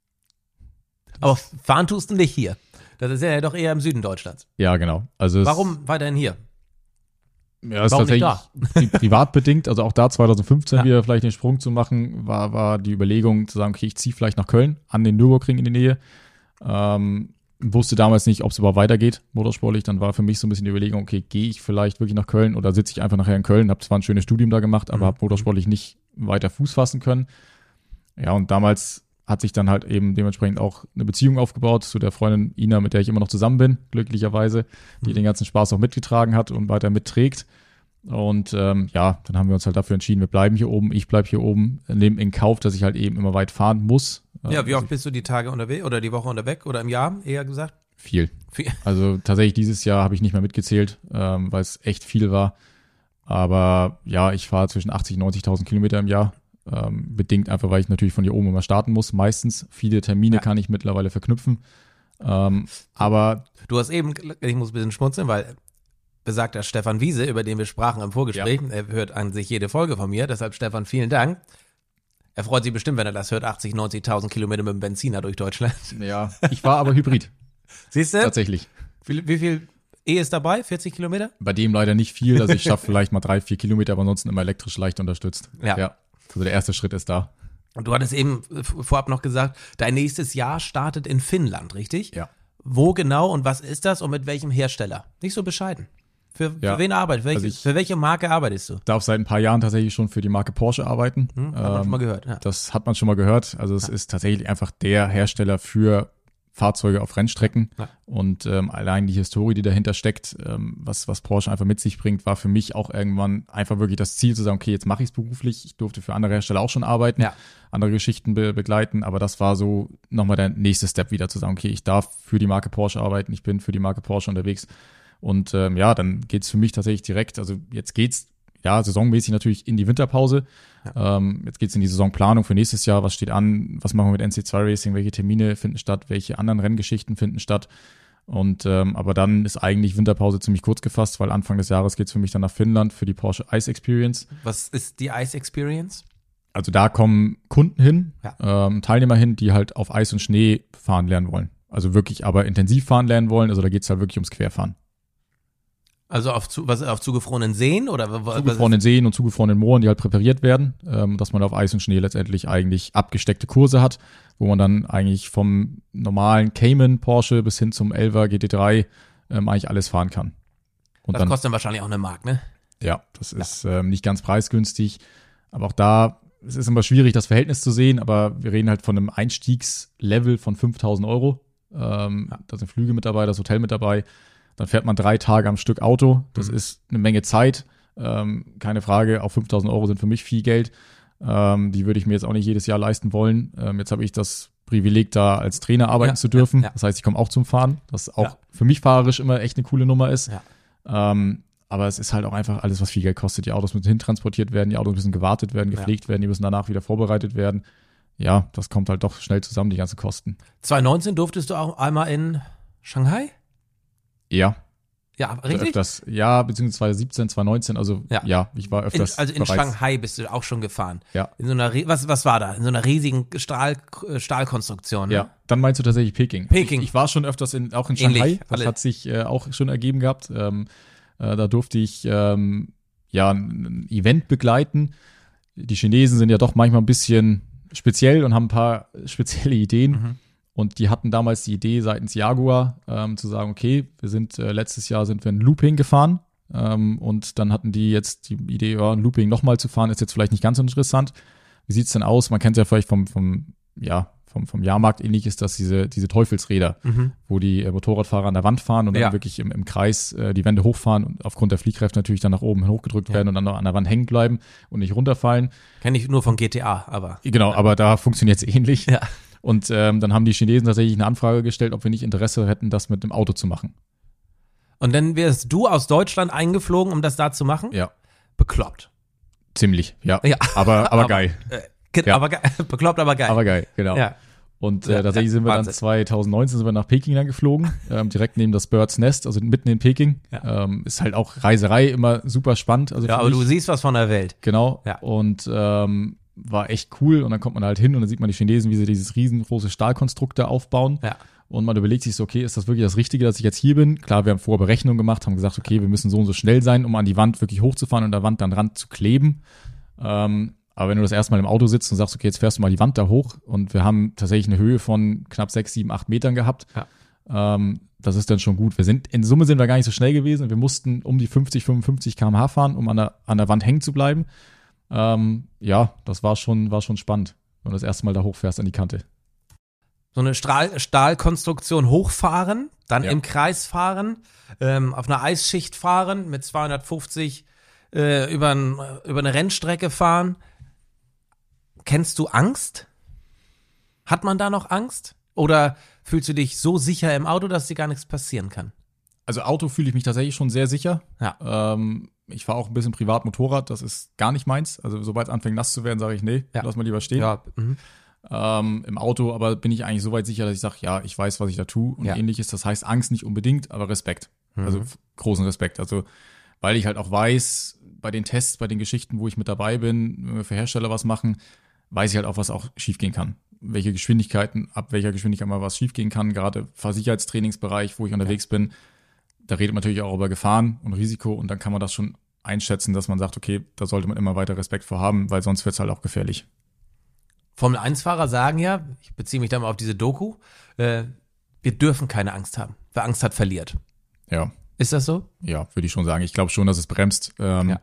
Aber fahren tust du nicht hier. Das ist ja doch eher im Süden Deutschlands. Ja, genau. Also warum weiterhin hier? Ja, ist tatsächlich privat bedingt. Also auch da 2015 wieder vielleicht den Sprung zu machen, war die Überlegung zu sagen, okay, ich ziehe vielleicht nach Köln, an den Nürburgring in die Nähe. Wusste damals nicht, ob es überhaupt weitergeht, motorsportlich. Dann war für mich so ein bisschen die Überlegung, okay, gehe ich vielleicht wirklich nach Köln oder sitze ich einfach nachher in Köln, habe zwar ein schönes Studium da gemacht, aber habe motorsportlich nicht weiter Fuß fassen können. Ja, und damals hat sich dann halt eben dementsprechend auch eine Beziehung aufgebaut zu der Freundin Ina, mit der ich immer noch zusammen bin, glücklicherweise, die den ganzen Spaß auch mitgetragen hat und weiter mitträgt. Und dann haben wir uns halt dafür entschieden, wir bleiben hier oben, ich bleibe hier oben, nehmen in Kauf, dass ich halt eben immer weit fahren muss. Ja, wie oft bist du die Tage unterwegs oder die Woche unterwegs oder im Jahr, eher gesagt? Viel. Also tatsächlich dieses Jahr habe ich nicht mehr mitgezählt, weil es echt viel war. Aber ja, ich fahre zwischen 80.000 und 90.000 Kilometer im Jahr. Bedingt einfach, weil ich natürlich von hier oben immer starten muss. Meistens viele Termine kann ich mittlerweile verknüpfen. Aber du hast eben, ich muss ein bisschen schmunzeln, weil besagter Stefan Wiese, über den wir sprachen im Vorgespräch, er hört an sich jede Folge von mir, deshalb Stefan, vielen Dank. Er freut sich bestimmt, wenn er das hört, 80.000, 90.000 Kilometer mit dem Benziner durch Deutschland. Ja, ich war aber Hybrid. Siehst du? Tatsächlich. Wie viel ist dabei? 40 Kilometer? Bei dem leider nicht viel, also ich schaffe vielleicht mal 3-4 Kilometer, aber ansonsten immer elektrisch leicht unterstützt. Ja. Also der erste Schritt ist da. Und du hattest eben vorab noch gesagt, dein nächstes Jahr startet in Finnland, richtig? Ja. Wo genau und was ist das und mit welchem Hersteller? Nicht so bescheiden. Für wen arbeitest du? Für welche Marke arbeitest du? Darf seit ein paar Jahren tatsächlich schon für die Marke Porsche arbeiten. Hat man schon mal gehört. Ja. Das hat man schon mal gehört. Also es ist tatsächlich einfach der Hersteller für Fahrzeuge auf Rennstrecken. Ja. Und allein die Historie, die dahinter steckt, was Porsche einfach mit sich bringt, war für mich auch irgendwann einfach wirklich das Ziel zu sagen, okay, jetzt mache ich es beruflich. Ich durfte für andere Hersteller auch schon arbeiten, andere Geschichten begleiten, aber das war so nochmal der nächste Step wieder zu sagen, okay, ich darf für die Marke Porsche arbeiten, ich bin für die Marke Porsche unterwegs. Und dann geht's für mich tatsächlich direkt, also jetzt geht's saisonmäßig natürlich in die Winterpause. Ja. Jetzt geht's in die Saisonplanung für nächstes Jahr. Was steht an? Was machen wir mit NC2 Racing? Welche Termine finden statt? Welche anderen Renngeschichten finden statt? Und aber dann ist eigentlich Winterpause ziemlich kurz gefasst, weil Anfang des Jahres geht's für mich dann nach Finnland für die Porsche Ice Experience. Was ist die Ice Experience? Also da kommen Kunden hin, Teilnehmer hin, die halt auf Eis und Schnee fahren lernen wollen. Also wirklich aber intensiv fahren lernen wollen. Also da geht's halt wirklich ums Querfahren. Also auf zugefrorenen Seen oder zugefrorenen Seen und zugefrorenen Mooren, die halt präpariert werden, dass man auf Eis und Schnee letztendlich eigentlich abgesteckte Kurse hat, wo man dann eigentlich vom normalen Cayman Porsche bis hin zum 11er GT3 eigentlich alles fahren kann. Und das kostet dann wahrscheinlich auch eine Mark, ne? Ja, das ist nicht ganz preisgünstig, aber auch da, es ist immer schwierig, das Verhältnis zu sehen, aber wir reden halt von einem Einstiegslevel von 5.000 €. Da sind Flüge mit dabei, das Hotel mit dabei. Dann fährt man 3 Tage am Stück Auto. Das ist eine Menge Zeit. Keine Frage, auch 5.000 € sind für mich viel Geld. Die würde ich mir jetzt auch nicht jedes Jahr leisten wollen. Jetzt habe ich das Privileg, da als Trainer arbeiten zu dürfen. Das heißt, ich komme auch zum Fahren, was auch für mich fahrerisch immer echt eine coole Nummer ist. Ja. Aber es ist halt auch einfach alles, was viel Geld kostet. Die Autos müssen hintransportiert werden, die Autos müssen gewartet werden, gepflegt werden, die müssen danach wieder vorbereitet werden. Ja, das kommt halt doch schnell zusammen, die ganzen Kosten. 2019 durftest du auch einmal in Shanghai? Ja. Ja, richtig? Öfters, beziehungsweise 2017, 2019, also ich war öfters in Shanghai bist du auch schon gefahren. Ja. In so einer, was war da? In so einer riesigen Stahlkonstruktion. Ne? Ja, dann meinst du tatsächlich Peking. Ich war schon öfters auch in Shanghai. Ähnlich, das hat sich auch schon ergeben gehabt. Da durfte ich ein Event begleiten. Die Chinesen sind ja doch manchmal ein bisschen speziell und haben ein paar spezielle Ideen. Mhm. Und die hatten damals die Idee seitens Jaguar zu sagen, okay, letztes Jahr sind wir ein Looping gefahren und dann hatten die jetzt die Idee, ein Looping nochmal zu fahren, ist jetzt vielleicht nicht ganz so interessant. Wie sieht's denn aus? Man kennt es ja vielleicht vom Jahrmarkt, ähnlich ist das diese Teufelsräder, wo die Motorradfahrer an der Wand fahren und dann wirklich im Kreis die Wände hochfahren und aufgrund der Fliehkräfte natürlich dann nach oben hochgedrückt werden und dann noch an der Wand hängen bleiben und nicht runterfallen. Kenn ich nur von GTA, aber. Genau, aber da funktioniert es ähnlich. Ja. Und dann haben die Chinesen tatsächlich eine Anfrage gestellt, ob wir nicht Interesse hätten, das mit dem Auto zu machen. Und dann wirst du aus Deutschland eingeflogen, um das da zu machen? Ja. Bekloppt. Ziemlich, ja. Aber geil. Aber bekloppt, aber geil. Aber geil, genau. Ja. Und tatsächlich sind wir dann 2019 nach Peking dann geflogen, direkt neben das Bird's Nest, also mitten in Peking. Ja. Ist halt auch Reiserei immer super spannend. Also aber du siehst was von der Welt. Genau. Ja. Und war echt cool und dann kommt man halt hin und dann sieht man die Chinesen, wie sie dieses riesengroße Stahlkonstrukt da aufbauen. Ja. Und man überlegt sich so, okay, ist das wirklich das Richtige, dass ich jetzt hier bin? Klar, wir haben vorher Berechnungen gemacht, haben gesagt, okay, wir müssen so und so schnell sein, um an die Wand wirklich hochzufahren und an der Wand dann ran zu kleben. Aber wenn du das erstmal im Auto sitzt und sagst, okay, jetzt fährst du mal die Wand da hoch und wir haben tatsächlich eine Höhe von knapp 6, 7, 8 Metern gehabt. Ja. Das ist dann schon gut. In Summe sind wir gar nicht so schnell gewesen. Wir mussten um die 50, 55 km/h fahren, um an der Wand hängen zu bleiben. Das war schon spannend, wenn du das erste Mal da hochfährst an die Kante. So eine Stahlkonstruktion hochfahren, dann im Kreis fahren, auf einer Eisschicht fahren, mit 250 über eine Rennstrecke fahren. Kennst du Angst? Hat man da noch Angst? Oder fühlst du dich so sicher im Auto, dass dir gar nichts passieren kann? Also Auto fühle ich mich tatsächlich schon sehr sicher. Ja. Ich fahre auch ein bisschen privat Motorrad, das ist gar nicht meins. Also sobald es anfängt nass zu werden, sage ich, nee, lass mal lieber stehen. Ja. Im Auto aber bin ich eigentlich so weit sicher, dass ich sage, ja, ich weiß, was ich da tue und ähnliches. Das heißt Angst nicht unbedingt, aber Respekt. Also großen Respekt. Also weil ich halt auch weiß, bei den Tests, bei den Geschichten, wo ich mit dabei bin, wenn wir für Hersteller was machen, weiß ich halt auch, was auch schiefgehen kann. Welche Geschwindigkeiten, ab welcher Geschwindigkeit mal was schiefgehen kann, gerade Fahrsicherheitstrainingsbereich, wo ich unterwegs bin, da redet man natürlich auch über Gefahren und Risiko und dann kann man das schon einschätzen, dass man sagt, okay, da sollte man immer weiter Respekt vor haben, weil sonst wird es halt auch gefährlich. Formel-1-Fahrer sagen ja, ich beziehe mich da mal auf diese Doku, wir dürfen keine Angst haben. Wer Angst hat, verliert. Ja. Ist das so? Ja, würde ich schon sagen. Ich glaube schon, dass es bremst.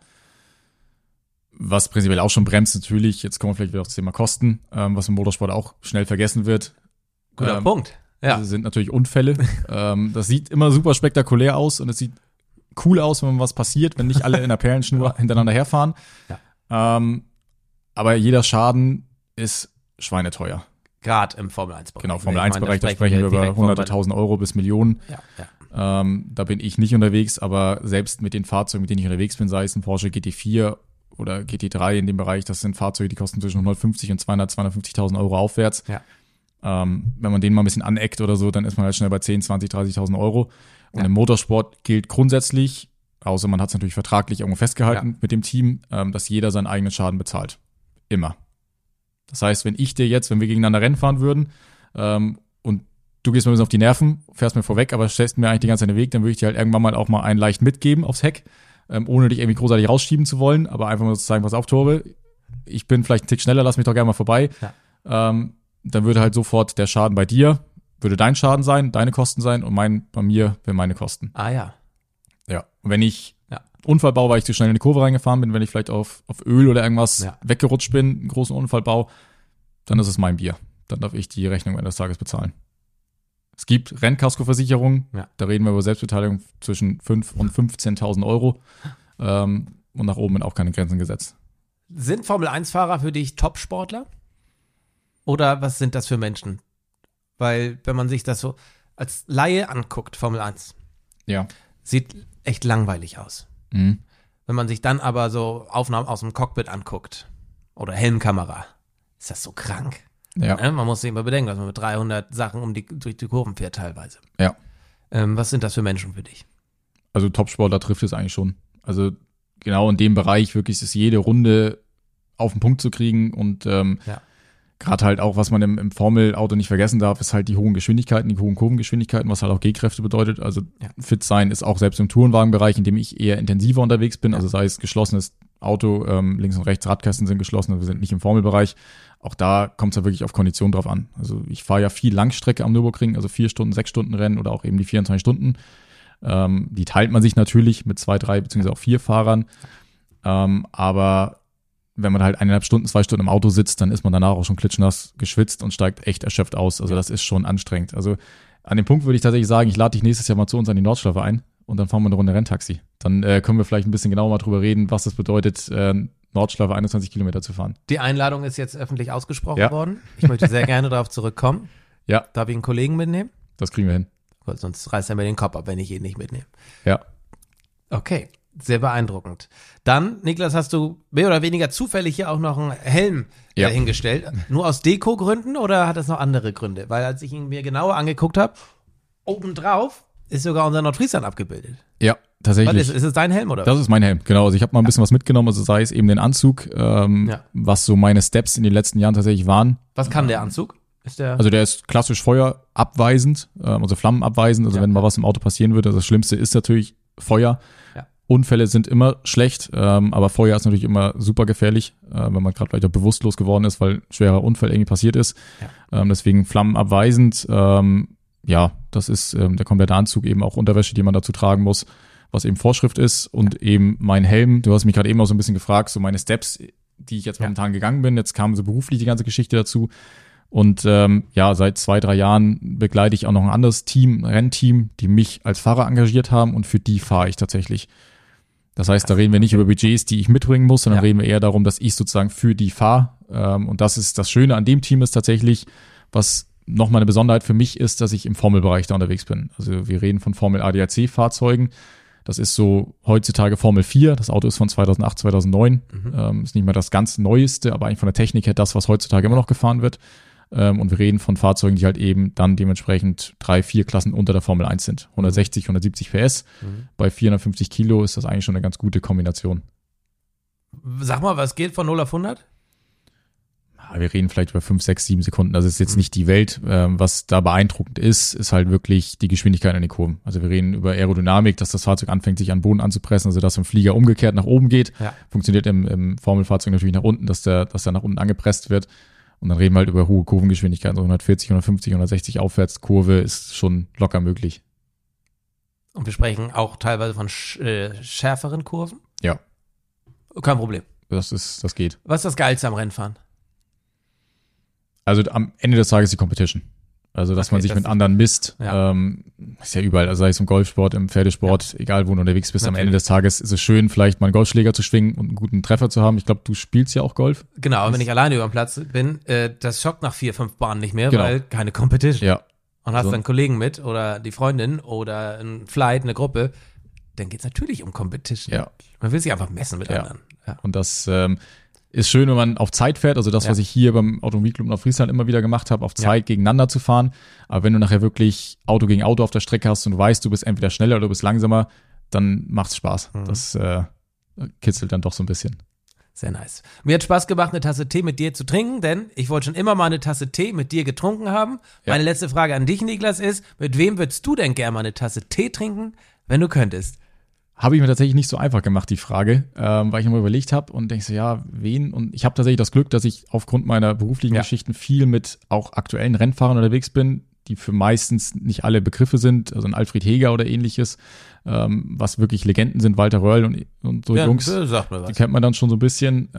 Was prinzipiell auch schon bremst natürlich, jetzt kommen wir vielleicht wieder auf das Thema Kosten, was im Motorsport auch schnell vergessen wird. Guter Punkt. Ja. Das sind natürlich Unfälle. Das sieht immer super spektakulär aus und es sieht cool aus, wenn was passiert, wenn nicht alle in der Perlenschnur hintereinander herfahren. Ja. Aber jeder Schaden ist schweineteuer. Gerade im Formel-1-Bereich. Genau, Formel-1-Bereich, da sprechen wir über hunderte tausend Euro bis Millionen. Ja. Da bin ich nicht unterwegs, aber selbst mit den Fahrzeugen, mit denen ich unterwegs bin, sei es ein Porsche GT4 oder GT3 in dem Bereich, das sind Fahrzeuge, die kosten zwischen 150 und 250.000 Euro aufwärts. Ja. Wenn man den mal ein bisschen aneckt oder so, dann ist man halt schnell bei 10, 20, 30.000 Euro. Und im Motorsport gilt grundsätzlich, außer man hat es natürlich vertraglich irgendwo festgehalten mit dem Team, dass jeder seinen eigenen Schaden bezahlt. Immer. Das heißt, wenn wir gegeneinander Rennen fahren würden und du gehst mir ein bisschen auf die Nerven, fährst mir vorweg, aber stellst mir eigentlich die ganze Zeit den Weg, dann würde ich dir halt irgendwann mal auch mal einen leicht mitgeben aufs Heck, ohne dich irgendwie großartig rausschieben zu wollen, aber einfach mal zu sagen, pass auf, Torbe, ich bin vielleicht einen Tick schneller, lass mich doch gerne mal vorbei. Ja. Dann würde halt sofort der Schaden bei dir, würde dein Schaden sein, deine Kosten sein und bei mir wären meine Kosten. Ah ja. Ja, und wenn ich Unfall baue, weil ich zu schnell in die Kurve reingefahren bin, wenn ich vielleicht auf Öl oder irgendwas weggerutscht bin, einen großen Unfall baue, dann ist es mein Bier. Dann darf ich die Rechnung eines Tages bezahlen. Es gibt Rennkaskoversicherungen, da reden wir über Selbstbeteiligung zwischen 5.000 und 15.000 Euro und nach oben sind auch keine Grenzen gesetzt. Sind Formel-1-Fahrer für dich Top-Sportler? Oder was sind das für Menschen? Weil, wenn man sich das so als Laie anguckt, Formel 1, sieht echt langweilig aus. Mhm. Wenn man sich dann aber so Aufnahmen aus dem Cockpit anguckt oder Helmkamera, ist das so krank. Ja. Man muss sich immer bedenken, dass man mit 300 Sachen durch die Kurven fährt teilweise. Ja. Was sind das für Menschen für dich? Also Top-Sportler trifft es eigentlich schon. Also genau in dem Bereich wirklich ist jede Runde auf den Punkt zu kriegen und gerade halt auch, was man im Formel-Auto nicht vergessen darf, ist halt die hohen Geschwindigkeiten, die hohen Kurvengeschwindigkeiten, was halt auch G-Kräfte bedeutet. Also fit sein ist auch selbst im Tourenwagenbereich, in dem ich eher intensiver unterwegs bin. Also sei es geschlossenes Auto, links und rechts Radkästen sind geschlossen, also wir sind nicht im Formelbereich. Auch da kommt es ja wirklich auf Kondition drauf an. Also ich fahre ja viel Langstrecke am Nürburgring, also 4 Stunden, 6 Stunden Rennen oder auch eben die 24 Stunden. Die teilt man sich natürlich mit 2, 3 beziehungsweise auch 4 Fahrern. Aber wenn man halt 1,5 Stunden, 2 Stunden im Auto sitzt, dann ist man danach auch schon klitschnass geschwitzt und steigt echt erschöpft aus. Also das ist schon anstrengend. Also an dem Punkt würde ich tatsächlich sagen, ich lade dich nächstes Jahr mal zu uns an die Nordschleife ein und dann fahren wir eine Runde Renntaxi. Dann können wir vielleicht ein bisschen genauer mal drüber reden, was das bedeutet, Nordschleife 21 Kilometer zu fahren. Die Einladung ist jetzt öffentlich ausgesprochen worden. Ich möchte sehr gerne darauf zurückkommen. Ja. Darf ich einen Kollegen mitnehmen? Das kriegen wir hin. Gut, sonst reißt er mir den Kopf ab, wenn ich ihn nicht mitnehme. Ja. Okay, sehr beeindruckend. Dann, Niklas, hast du mehr oder weniger zufällig hier auch noch einen Helm hingestellt. Nur aus Deko-Gründen oder hat das noch andere Gründe? Weil als ich ihn mir genauer angeguckt habe, obendrauf ist sogar unser Nordfriesland abgebildet. Ja, tatsächlich. Ist es dein Helm, oder? Das ist mein Helm, genau. Also ich habe mal ein bisschen was mitgenommen, also sei es eben den Anzug, was so meine Steps in den letzten Jahren tatsächlich waren. Was kann der Anzug? Also der ist klassisch feuerabweisend, also flammenabweisend, also wenn mal was im Auto passieren würde. Also das Schlimmste ist natürlich Feuer. Ja. Unfälle sind immer schlecht, aber Feuer ist natürlich immer super gefährlich, wenn man gerade vielleicht auch bewusstlos geworden ist, weil ein schwerer Unfall irgendwie passiert ist. Ja. Deswegen flammenabweisend, das ist der komplette Anzug, eben auch Unterwäsche, die man dazu tragen muss, was eben Vorschrift ist und eben mein Helm. Du hast mich gerade eben auch so ein bisschen gefragt, so meine Steps, die ich jetzt momentan gegangen bin. Jetzt kam so beruflich die ganze Geschichte dazu. Und seit 2, 3 Jahren begleite ich auch noch ein anderes Team, ein Rennteam, die mich als Fahrer engagiert haben und für die fahre ich tatsächlich. Das heißt, da reden wir nicht über Budgets, die ich mitbringen muss, sondern reden wir eher darum, dass ich sozusagen für die fahre. Und das ist das Schöne an dem Team ist tatsächlich, was nochmal eine Besonderheit für mich ist, dass ich im Formelbereich da unterwegs bin. Also wir reden von Formel ADAC-Fahrzeugen. Das ist so heutzutage Formel 4. Das Auto ist von 2008, 2009. Ist nicht mehr das ganz Neueste, aber eigentlich von der Technik her das, was heutzutage immer noch gefahren wird. Und wir reden von Fahrzeugen, die halt eben dann dementsprechend 3, 4 Klassen unter der Formel 1 sind. 160, 170 PS. Bei 450 Kilo ist das eigentlich schon eine ganz gute Kombination. Sag mal, was geht von 0 auf 100? wir reden vielleicht über 5, 6, 7 Sekunden. Das ist jetzt nicht die Welt. Was da beeindruckend ist halt wirklich die Geschwindigkeit in den Kurven. Also wir reden über Aerodynamik, dass das Fahrzeug anfängt, sich an den Boden anzupressen, also dass im Flieger umgekehrt nach oben geht. Ja. Funktioniert im Formelfahrzeug natürlich nach unten, dass der nach unten angepresst wird. Und dann reden wir halt über hohe Kurvengeschwindigkeiten, also 140, 150, 160 Aufwärtskurve ist schon locker möglich. Und wir sprechen auch teilweise von schärferen Kurven? Ja. Kein Problem. Das geht. Was ist das Geilste am Rennfahren? Also am Ende des Tages die Competition. Also, dass man sich mit anderen misst, ist ja überall, also sei es im Golfsport, im Pferdesport, egal wo du unterwegs bist, natürlich. Am Ende des Tages ist es schön, vielleicht mal einen Golfschläger zu schwingen und einen guten Treffer zu haben. Ich glaube, du spielst ja auch Golf. Genau, aber wenn ich alleine über dem Platz bin, das schockt nach 4, 5 Bahnen nicht mehr, weil keine Competition. Ja. Und hast dann einen Kollegen mit oder die Freundin oder ein Flight, eine Gruppe, dann geht's natürlich um Competition. Ja. Man will sich einfach messen mit anderen. Ja. Und das ist schön, wenn man auf Zeit fährt, also das, was ich hier beim Automobilclub Nordfriesland immer wieder gemacht habe, auf Zeit gegeneinander zu fahren. Aber wenn du nachher wirklich Auto gegen Auto auf der Strecke hast und du weißt, du bist entweder schneller oder du bist langsamer, dann macht's Spaß. Das kitzelt dann doch so ein bisschen. Sehr nice. Mir hat Spaß gemacht, eine Tasse Tee mit dir zu trinken, denn ich wollte schon immer mal eine Tasse Tee mit dir getrunken haben. Ja. Meine letzte Frage an dich, Niklas, ist, mit wem würdest du denn gerne mal eine Tasse Tee trinken, wenn du könntest? Habe ich mir tatsächlich nicht so einfach gemacht, die Frage, weil ich nochmal überlegt habe und denke so, ja, wen? Und ich habe tatsächlich das Glück, dass ich aufgrund meiner beruflichen Geschichten viel mit auch aktuellen Rennfahrern unterwegs bin, die für meistens nicht alle Begriffe sind, also ein Alfred Heger oder ähnliches, was wirklich Legenden sind, Walter Röhrl und so Jungs, sag mir was. Die kennt man dann schon so ein bisschen.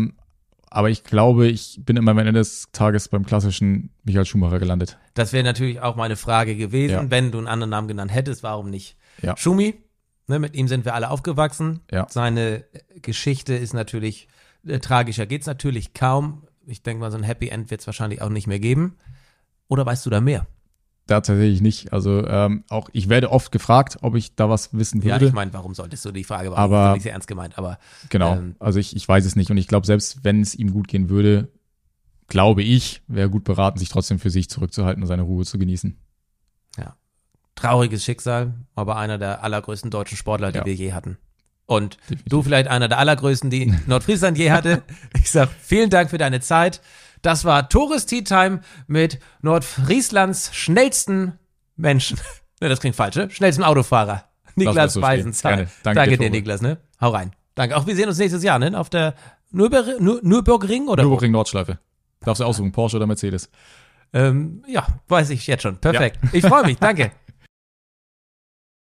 Aber ich glaube, ich bin immer am Ende des Tages beim klassischen Michael Schumacher gelandet. Das wäre natürlich auch meine Frage gewesen, wenn du einen anderen Namen genannt hättest, warum nicht? Ja. Schumi? Ne, mit ihm sind wir alle aufgewachsen. Ja. Seine Geschichte ist natürlich, tragischer geht's natürlich kaum. Ich denke mal, so ein Happy End wird es wahrscheinlich auch nicht mehr geben. Oder weißt du da mehr? Da tatsächlich nicht. Also auch ich werde oft gefragt, ob ich da was wissen würde. Ja, ich meine, warum solltest du die Frage beantworten? Das ist nicht sehr ernst gemeint, aber genau, also ich weiß es nicht. Und ich glaube, selbst wenn es ihm gut gehen würde, glaube ich, wäre gut beraten, sich trotzdem für sich zurückzuhalten und seine Ruhe zu genießen. Ja. Trauriges Schicksal, aber einer der allergrößten deutschen Sportler, die wir je hatten. Und definitiv. Du vielleicht einer der allergrößten, die Nordfriesland je hatte. Ich sag vielen Dank für deine Zeit. Das war Tores Tea Time mit Nordfrieslands schnellsten Menschen. Ne, das klingt falsch, ne? Schnellsten Autofahrer. Niklas Beisenzahl. Danke dir, Niklas, ne? Hau rein. Danke. Auch wir sehen uns nächstes Jahr, ne? Auf der Nürburgring oder? Nürburgring Nordschleife. Darfst du aussuchen, Porsche oder Mercedes? Ja, weiß ich jetzt schon. Perfekt. Ja. Ich freue mich. Danke.